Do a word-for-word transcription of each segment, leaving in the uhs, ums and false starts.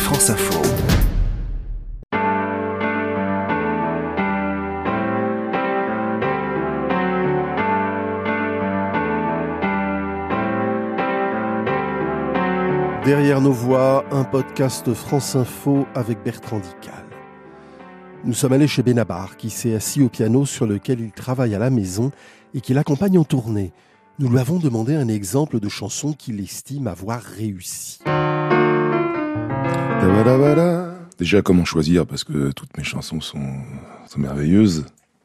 France Info. Derrière nos voix, un podcast France Info avec Bertrand Dical. Nous sommes allés chez Benabar, qui s'est assis au piano sur lequel il travaille à la maison et qui l'accompagne en tournée. Nous lui avons demandé un exemple de chanson qu'il estime avoir réussi. Déjà, comment choisir, parce que toutes mes chansons sont, sont merveilleuses.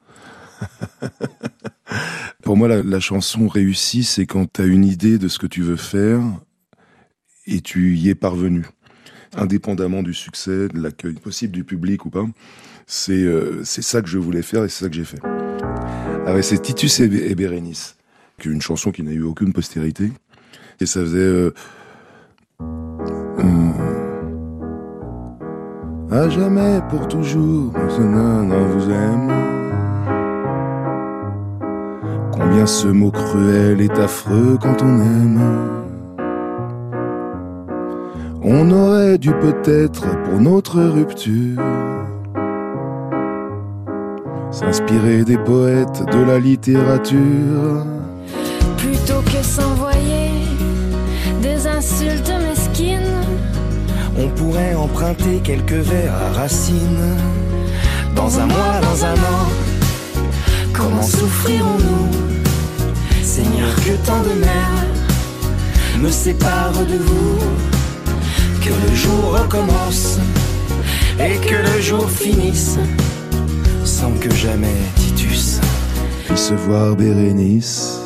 Pour moi, la, la chanson réussie, c'est quand tu as une idée de ce que tu veux faire et tu y es parvenu. Indépendamment du succès, de l'accueil possible du public ou pas, c'est, euh, c'est ça que je voulais faire et c'est ça que j'ai fait. Ah ouais, c'est Titus et, et Bérénice, qui est une chanson qui n'a eu aucune postérité. Et ça faisait... Euh, hum, à jamais, pour toujours, ce nain vous aime. Combien ce mot cruel est affreux quand on aime. On aurait dû peut-être, pour notre rupture, s'inspirer des poètes de la littérature. Plutôt que s'envoyer des insultes mesquines, on pourrait emprunter quelques vers à Racine. Dans un mois, dans un an, comment souffrirons-nous? Seigneur, que tant de mer me sépare de vous. Que le jour recommence et que le jour finisse sans que jamais Titus puisse voir Bérénice.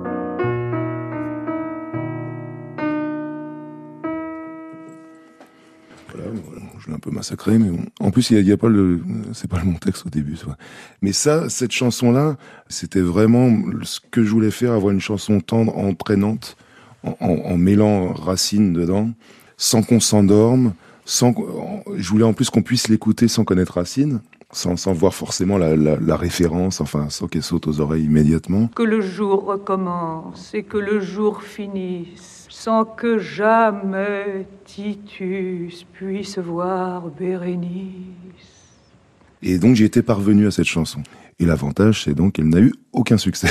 Voilà, je l'ai un peu massacré, mais bon. En plus, il y a, il y a pas le, c'est pas le bon texte au début. Ça. Mais ça, cette chanson-là, c'était vraiment ce que je voulais faire, avoir une chanson tendre, entraînante, en, en, en mêlant Racine dedans. Sans qu'on s'endorme, sans, je voulais en plus qu'on puisse l'écouter sans connaître Racine, sans, sans voir forcément la, la, la référence, enfin, sans qu'elle saute aux oreilles immédiatement. Que le jour recommence et que le jour finisse, sans que jamais Titus puisse voir Bérénice. Et donc, j'ai été parvenu à cette chanson. Et l'avantage, c'est donc qu'elle n'a eu aucun succès.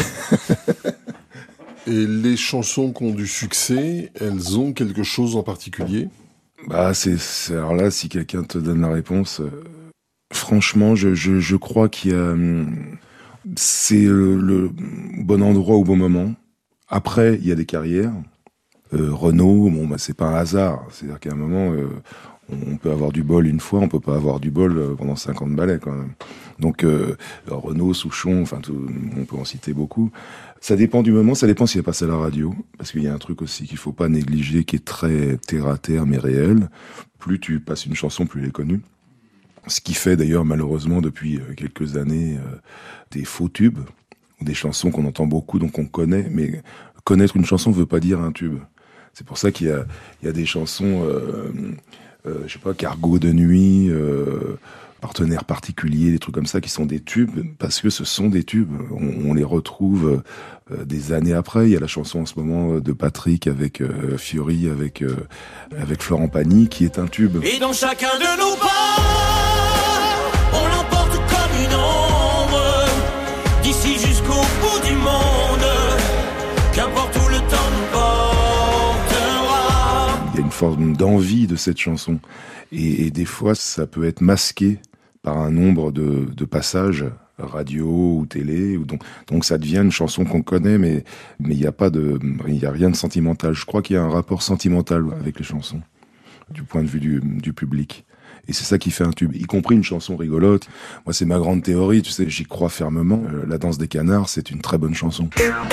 Et les chansons qui ont du succès, elles ont quelque chose en particulier? Bah, c'est, c'est alors là, si quelqu'un te donne la réponse, euh, franchement, je, je, je crois qu'il y a, c'est le, le bon endroit au bon moment. Après, il y a des carrières. Euh, Renaud, bon, bah, c'est pas un hasard. C'est-à-dire qu'à un moment, euh, on peut avoir du bol une fois, on peut pas avoir du bol pendant cinquante ballets, quand même. Donc, euh, Renaud, Souchon, enfin, tout, on peut en citer beaucoup. Ça dépend du moment, ça dépend s'il est passé à la radio, parce qu'il y a un truc aussi qu'il faut pas négliger, qui est très terre à terre, mais réel. Plus tu passes une chanson, plus elle est connue. Ce qui fait d'ailleurs, malheureusement, depuis quelques années, euh, des faux tubes, ou des chansons qu'on entend beaucoup, donc on connaît, mais connaître une chanson veut pas dire un tube. C'est pour ça qu'il y a, il y a des chansons, euh, euh, je sais pas, Cargo de nuit, euh, Partenaires particuliers, des trucs comme ça qui sont des tubes, parce que ce sont des tubes. On, on les retrouve euh, des années après. Il y a la chanson en ce moment de Patrick avec euh, Fiori, avec euh, avec Florent Pagny, qui est un tube. Et dans chacun de nos pas, on l'emporte comme une ombre, d'ici jusqu'au bout du monde, qu'importe où le temps nous portera. Il y a une forme d'envie de cette chanson. Et, et des fois, ça peut être masqué par un nombre de, de passages radio ou télé, ou donc, donc ça devient une chanson qu'on connaît, mais mais il y a pas de, il y a rien de sentimental. Je crois qu'il y a un rapport sentimental avec les chansons, du point de vue du, du public. Et c'est ça qui fait un tube, y compris une chanson rigolote. Moi, c'est ma grande théorie, tu sais, j'y crois fermement. Euh, La danse des canards, c'est une très bonne chanson.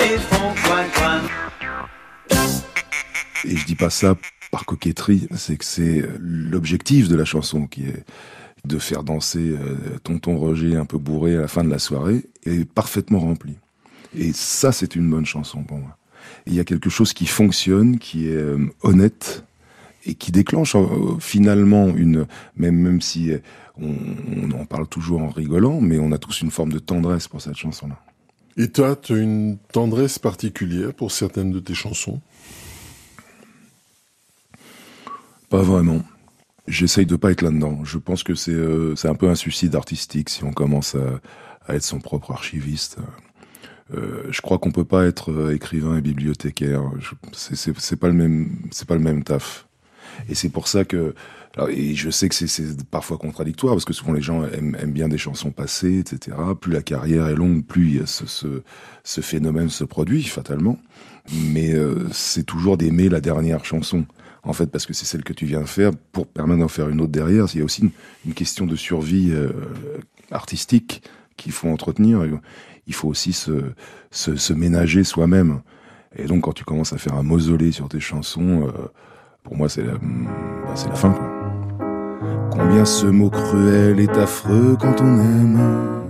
Et je dis pas ça par coquetterie, c'est que c'est l'objectif de la chanson qui est de faire danser euh, tonton Roger un peu bourré à la fin de la soirée, est parfaitement rempli. Et ça, c'est une bonne chanson pour moi. Il y a quelque chose qui fonctionne, qui est euh, honnête, et qui déclenche euh, finalement une, même, même si on, on en parle toujours en rigolant, mais on a tous une forme de tendresse pour cette chanson-là. Et toi, tu as une tendresse particulière pour certaines de tes chansons? Pas vraiment. J'essaye de pas être là-dedans. Je pense que c'est euh, c'est un peu un suicide artistique si on commence à, à être son propre archiviste. Euh, je crois qu'on peut pas être euh, écrivain et bibliothécaire. Je, c'est, c'est, c'est pas le même, c'est pas le même taf. Et c'est pour ça que, alors, et je sais que c'est, c'est parfois contradictoire parce que souvent les gens aiment, aiment bien des chansons passées, et cetera. Plus la carrière est longue, plus il y a ce, ce, ce phénomène se produit fatalement. Mais euh, c'est toujours d'aimer la dernière chanson. En fait, parce que c'est celle que tu viens de faire, pour permettre d'en faire une autre derrière. Il y a aussi une, une question de survie euh, artistique qu'il faut entretenir. Il faut aussi se, se, se ménager soi-même. Et donc, quand tu commences à faire un mausolée sur tes chansons, euh, pour moi, c'est la, bah, c'est la fin, quoi. Combien ce mot cruel est affreux quand on aime.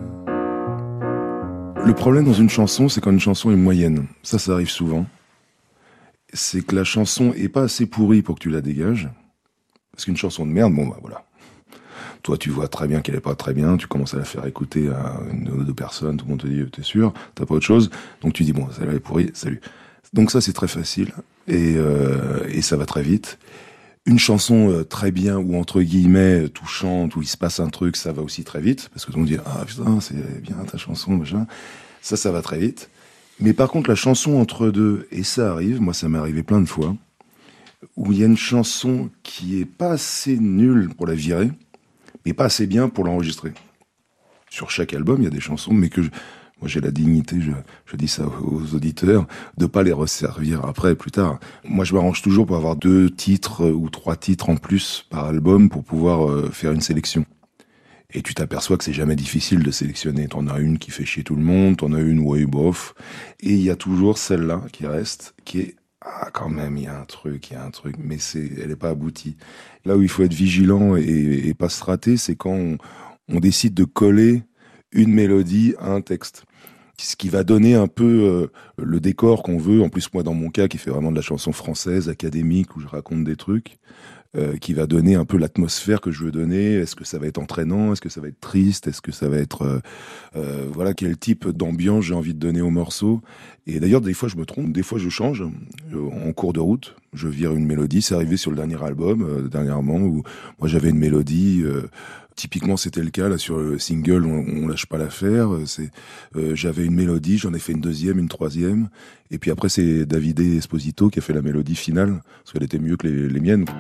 Le problème dans une chanson, c'est quand une chanson est moyenne. Ça, ça arrive souvent. C'est que la chanson est pas assez pourrie pour que tu la dégages. Parce qu'une chanson de merde, bon bah voilà. Toi, tu vois très bien qu'elle est pas très bien, tu commences à la faire écouter à une ou deux personnes, tout le monde te dit, t'es sûr, t'as pas autre chose. Donc tu dis, bon, celle-là est pourrie, salut. Donc ça, c'est très facile, et, euh, et ça va très vite. Une chanson euh, très bien, ou entre guillemets, touchante, où il se passe un truc, ça va aussi très vite, parce que tout le monde dit, ah putain, c'est bien ta chanson, machin. Ça, ça va très vite. Mais par contre, la chanson entre deux, et ça arrive, moi ça m'est arrivé plein de fois, où il y a une chanson qui est pas assez nulle pour la virer, mais pas assez bien pour l'enregistrer. Sur chaque album, il y a des chansons, mais que je, moi j'ai la dignité, je, je dis ça aux auditeurs, de pas les resservir après, plus tard. Moi je m'arrange toujours pour avoir deux titres ou trois titres en plus par album pour pouvoir euh, faire une sélection. Et tu t'aperçois que c'est jamais difficile de sélectionner. T'en as une qui fait chier tout le monde, t'en as une, ouais, bof. Et il y a toujours celle-là qui reste, qui est, ah, quand même, il y a un truc, il y a un truc, mais c'est, elle est pas aboutie. Là où il faut être vigilant et, et pas se rater, c'est quand on, on décide de coller une mélodie à un texte. Ce qui va donner un peu euh, le décor qu'on veut. En plus, moi, dans mon cas, qui fait vraiment de la chanson française, académique, où je raconte des trucs, Euh, qui va donner un peu l'atmosphère que je veux donner. Est-ce que ça va être entraînant? Est-ce que ça va être triste? Est-ce que ça va être... Euh, euh, voilà, quel type d'ambiance j'ai envie de donner au morceau. Et d'ailleurs, des fois, je me trompe. Des fois, je change. Euh, en cours de route, je vire une mélodie. C'est arrivé sur le dernier album, euh, dernièrement, où moi, j'avais une mélodie... Euh, typiquement, c'était le cas là sur le single On, on lâche pas l'affaire. C'est, euh, j'avais une mélodie, j'en ai fait une deuxième, une troisième, et puis après c'est Davide Esposito qui a fait la mélodie finale parce qu'elle était mieux que les, les miennes.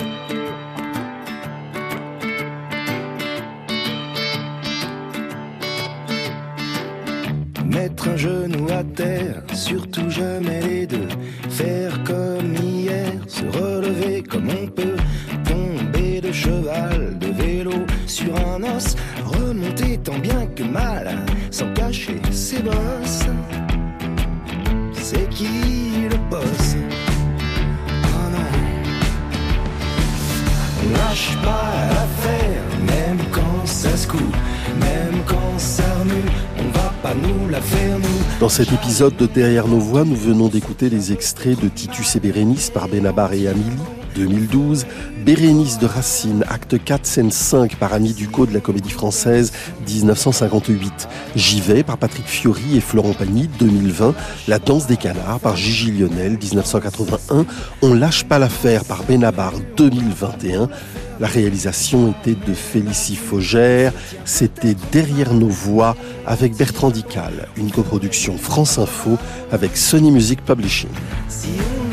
Mettre un genou à terre, surtout jamais les deux. Faire comme hier, se relever comme on peut. Tomber de cheval, de vélo, sur un os. Remonter tant bien que mal, sans cacher ses bosses. C'est qui le boss? Oh non. On lâche pas l'affaire, même quand ça se coupe, même quand ça remue. On va pas nous la faire, nous. Dans cet épisode de Derrière nos voix, nous venons d'écouter les extraits de Titus et Bérénice par Benabar et Amélie, deux mille douze, Bérénice de Racine, acte quatre, scène cinq par Annie Ducot de la Comédie Française, dix-neuf cent cinquante-huit, J'y vais par Patrick Fiori et Florent Pagny, deux mille vingt, La danse des canards par Gigi Lionel, dix-neuf cent quatre-vingt-un, On lâche pas l'affaire par Benabar, deux mille vingt et un. La réalisation était de Félicie Faugère. C'était Derrière nos voix avec Bertrand Dical, une coproduction France Info avec Sony Music Publishing. Si on